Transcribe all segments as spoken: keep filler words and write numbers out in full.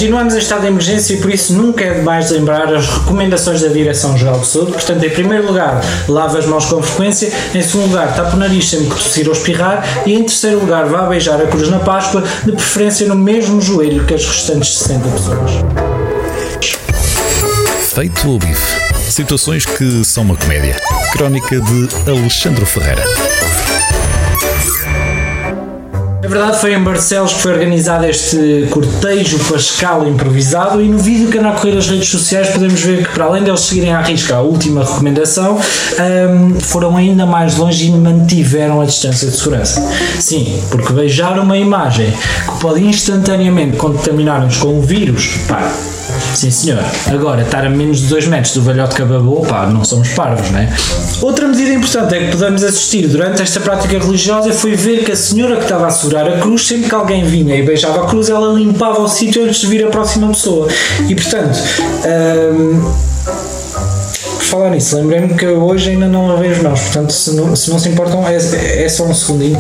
Continuamos em estado de emergência e por isso nunca é demais lembrar as recomendações da Direção-Geral de Saúde. Portanto, em primeiro lugar, lave as mãos com frequência. Em segundo lugar, tapa o nariz sempre que tossir ou espirrar. E em terceiro lugar, vá beijar a cruz na Páscoa, de preferência no mesmo joelho que as restantes sessenta pessoas. Feito o bife. Situações que são uma comédia. Crónica de Alexandre Ferreira. Na verdade, foi em Barcelos que foi organizado este cortejo pascal improvisado e no vídeo que anda a correr nas redes sociais podemos ver que, para além deles seguirem à risca a última recomendação, um, foram ainda mais longe e mantiveram a distância de segurança. Sim, porque beijar uma imagem que pode instantaneamente contaminar-nos com o vírus, pá, sim senhor. Agora, estar a menos de dois metros do velhote que babou, pá, não somos parvos, não é? Outra medida importante é que podemos assistir durante esta prática religiosa foi ver que a senhora que estava a segurar a cruz, sempre que alguém vinha e beijava a cruz, ela limpava o sítio antes de vir a próxima pessoa. E portanto, hum, por falar nisso, lembrei-me que hoje ainda não lavei as mãos, portanto, se não se, não se importam, é, é só um segundinho.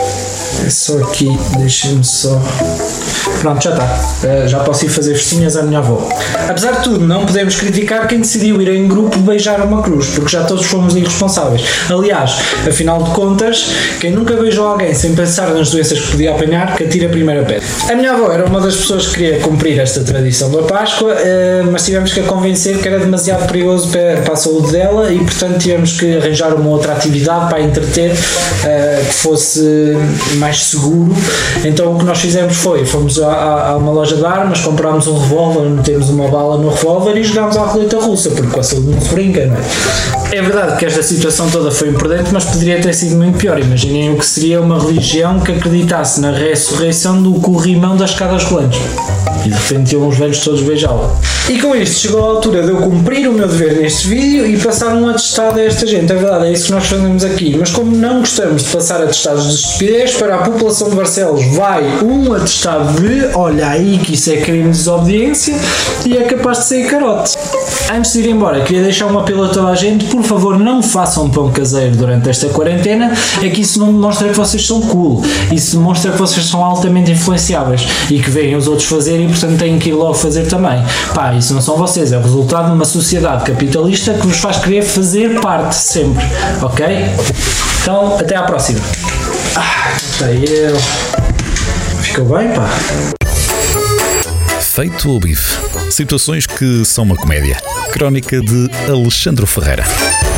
É só aqui, deixem-me só... Pronto, já está. Já posso ir fazer festinhas à minha avó. Apesar de tudo, não podemos criticar quem decidiu ir em grupo beijar uma cruz, porque já todos fomos irresponsáveis. Aliás, afinal de contas, quem nunca beijou alguém sem pensar nas doenças que podia apanhar, que atira a primeira pedra. A minha avó era uma das pessoas que queria cumprir esta tradição da Páscoa, mas tivemos que a convencer que era demasiado perigoso para a saúde dela e, portanto, tivemos que arranjar uma outra atividade para a entreter que fosse mais seguro. Então o que nós fizemos foi, fomos a a uma loja de armas, comprámos um revólver, metemos uma bala no revólver e jogámos à roleta russa, porque com a saúde não se brinca, não é? É verdade que esta situação toda foi imprudente, mas poderia ter sido muito pior. Imaginem o que seria uma religião que acreditasse na ressurreição do corrimão das escadas rolantes e de repente iam os velhos todos beijá-la. E com isto chegou a altura de eu cumprir o meu dever neste vídeo e passar um atestado a esta gente. É verdade, é isso que nós fazemos aqui, mas como não gostamos de passar atestados de estupidez, para a população de Barcelos vai um atestado de olha aí que isso é crime de desobediência e é capaz de sair carote. Antes de ir embora, queria deixar um apelo a toda a gente: por favor, não façam pão caseiro durante esta quarentena, é que isso não demonstra que vocês são cool, isso demonstra que vocês são altamente influenciáveis e que veem os outros fazerem e portanto têm que ir logo fazer também. Pá, isso não são vocês, é o resultado de uma sociedade capitalista que vos faz querer fazer parte sempre, ok? Então, até à próxima. Ah, até eu. Ficou bem, pá? Feito o bife. Situações que são uma comédia. Crónica de Alexandre Ferreira.